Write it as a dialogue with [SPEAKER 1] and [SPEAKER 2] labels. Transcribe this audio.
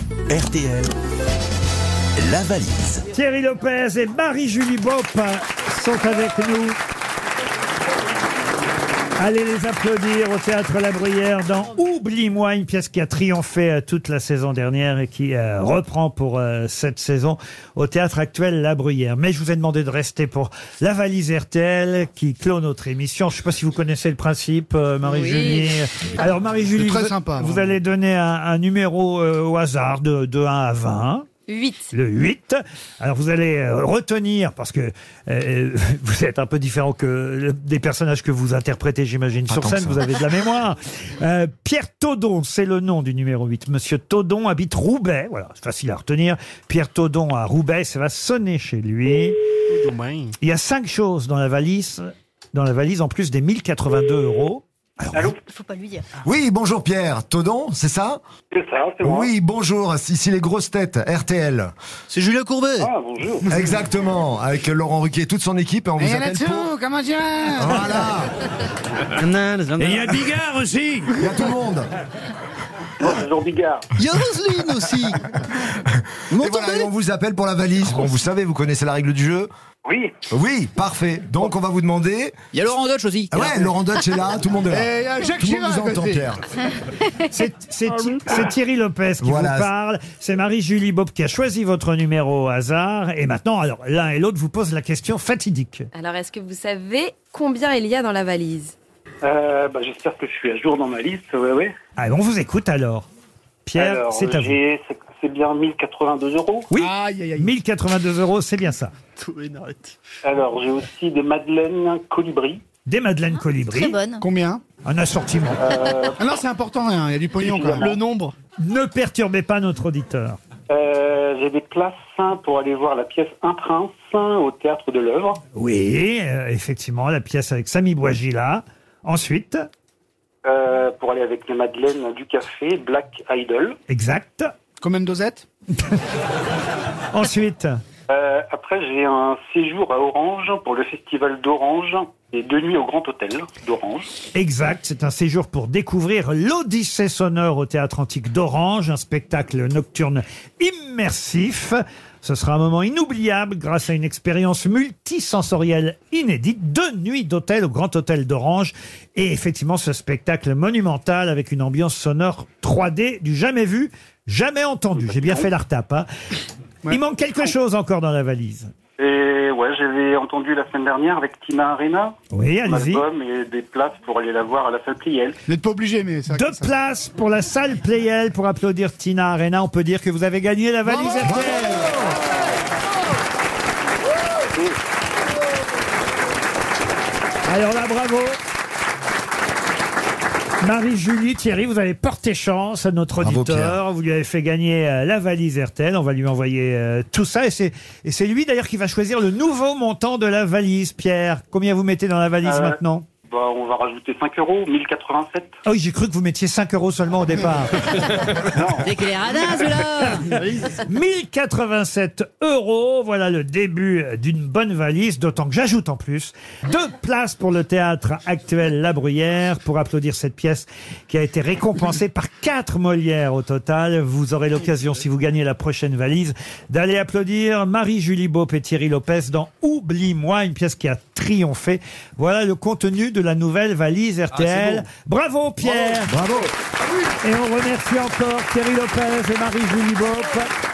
[SPEAKER 1] RTL, la valise.
[SPEAKER 2] Thierry Lopez et Marie-Julie Bopp sont avec nous. Allez les applaudir au Théâtre La Bruyère dans Oublie-moi, une pièce qui a triomphé toute la saison dernière et qui reprend pour cette saison au Théâtre Actuel La Bruyère. Mais je vous ai demandé de rester pour la valise RTL qui clôt notre émission. Je ne sais pas si vous connaissez le principe, Marie-Julie. Oui. Alors Marie-Julie, vous allez donner un numéro au hasard de 1 à 20.
[SPEAKER 3] 8.
[SPEAKER 2] Le 8. Alors vous allez retenir, parce que vous êtes un peu différent que des personnages que vous interprétez, j'imagine, sur scène, vous avez de la mémoire. Pierre Todon, c'est le nom du numéro 8. Monsieur Todon habite Roubaix, voilà, c'est facile à retenir. Pierre Todon à Roubaix, ça va sonner chez lui. Il y a 5 choses dans la valise en plus des 1082 €. Alors,
[SPEAKER 3] allô ? Faut pas lui dire.
[SPEAKER 4] Oui, bonjour Pierre. Todon, c'est ça ?
[SPEAKER 5] C'est ça, c'est moi.
[SPEAKER 4] Oui, bonjour. Ici les grosses têtes, RTL.
[SPEAKER 6] C'est Julien Courbet.
[SPEAKER 5] Ah, bonjour.
[SPEAKER 4] Exactement. Avec Laurent Ruquier et toute son équipe. Et on vous appelle pour...
[SPEAKER 6] comment tu vas ?
[SPEAKER 4] Voilà.
[SPEAKER 2] et il y a Bigard aussi.
[SPEAKER 4] Il y a tout le monde.
[SPEAKER 5] Bonjour Bigard.
[SPEAKER 6] Il y a Roselyne aussi. Vous
[SPEAKER 4] Et voilà, et on vous appelle pour la valise. Bon, vous savez, vous connaissez la règle du jeu.
[SPEAKER 5] Oui.
[SPEAKER 4] Oui, parfait. Donc on va vous demander...
[SPEAKER 6] Il y a Laurent Dutch aussi.
[SPEAKER 4] Ah ouais, Laurent Dutch est là, tout le monde est là.
[SPEAKER 6] Et il y a Jacques
[SPEAKER 4] tout le monde
[SPEAKER 6] Chirac
[SPEAKER 4] vous entend,
[SPEAKER 6] aussi.
[SPEAKER 4] Pierre.
[SPEAKER 2] C'est Thierry Lopez qui
[SPEAKER 4] Voilà.
[SPEAKER 2] vous parle. C'est Marie-Julie Bopp qui a choisi votre numéro au hasard. Et maintenant, alors l'un et l'autre vous posent la question fatidique.
[SPEAKER 3] Alors, est-ce que vous savez combien il y a dans la valise ?
[SPEAKER 5] J'espère que je suis à jour dans ma liste, ouais.
[SPEAKER 2] Allez, on vous écoute alors. Pierre,
[SPEAKER 5] Alors,
[SPEAKER 2] c'est à vous.
[SPEAKER 5] c'est bien 1082 €.
[SPEAKER 2] Oui,
[SPEAKER 6] Aïe, aïe, aïe.
[SPEAKER 2] 1082 €, c'est bien ça.
[SPEAKER 5] Alors, j'ai aussi des madeleines colibri.
[SPEAKER 2] Des madeleines colibri.
[SPEAKER 3] Très bonne.
[SPEAKER 6] Combien ?
[SPEAKER 2] Un assortiment.
[SPEAKER 6] Ah non, c'est important, hein. Il y a du pognon quand même.
[SPEAKER 5] Le
[SPEAKER 6] nombre.
[SPEAKER 2] Ne perturbez pas notre auditeur.
[SPEAKER 5] J'ai des places pour aller voir la pièce Un Prince au Théâtre de l'Œuvre.
[SPEAKER 2] Oui, effectivement, la pièce avec Samy Bouagila. Ensuite,
[SPEAKER 5] Pour aller avec les madeleines du café Black Idol.
[SPEAKER 2] exact.
[SPEAKER 6] Combien de dosettes ?
[SPEAKER 2] Ensuite,
[SPEAKER 5] Après, j'ai un séjour à Orange pour le festival d'Orange et 2 nuits au Grand Hôtel d'Orange.
[SPEAKER 2] exact, c'est un séjour pour découvrir l'Odyssée sonore au Théâtre Antique d'Orange, un spectacle nocturne immersif. Ce sera un moment inoubliable grâce à une expérience multisensorielle inédite. 2 nuits d'hôtel au Grand Hôtel d'Orange. Et effectivement, ce spectacle monumental avec une ambiance sonore 3D du jamais vu, jamais entendu. J'ai bien fait la retape, hein.
[SPEAKER 6] Ouais.
[SPEAKER 2] Il manque quelque chose encore dans la valise.
[SPEAKER 5] Et ouais, j'avais entendu la semaine dernière avec Tina Arena.
[SPEAKER 2] Oui,
[SPEAKER 5] Son
[SPEAKER 2] allez-y.
[SPEAKER 5] album et des places pour aller la voir à la salle Pliel.
[SPEAKER 6] Vous n'êtes pas obligé, mais c'est vrai
[SPEAKER 2] 2
[SPEAKER 6] que ça-
[SPEAKER 2] places pour la salle Playel pour applaudir Tina Arena. On peut dire que vous avez gagné la valise RTL. Alors là, bravo. Marie-Julie, Thierry, vous avez porté chance à notre
[SPEAKER 4] Bravo,
[SPEAKER 2] auditeur. Vous lui avez fait gagner la valise RTL. On va lui envoyer tout ça. Et c'est lui d'ailleurs qui va choisir le nouveau montant de la valise, Pierre. Combien vous mettez dans la valise maintenant ?
[SPEAKER 5] On va rajouter 5 €, 1087.
[SPEAKER 2] Ah oui, j'ai cru que vous mettiez 5 € seulement au départ.
[SPEAKER 3] C'est qu'il est radin, celui-là.
[SPEAKER 2] 1087 €, voilà le début d'une bonne valise, d'autant que j'ajoute en plus 2 places pour le Théâtre Actuel La Bruyère pour applaudir cette pièce qui a été récompensée par 4 Molières au total. Vous aurez l'occasion, si vous gagnez la prochaine valise, d'aller applaudir Marie-Julie Bopp et Thierry Lopez dans Oublie-moi, une pièce qui a triomphé. Voilà le contenu de la nouvelle valise RTL. Bravo Pierre.
[SPEAKER 4] Bravo.
[SPEAKER 2] Et on remercie encore Thierry Lopez et Marie-Julie Bopp.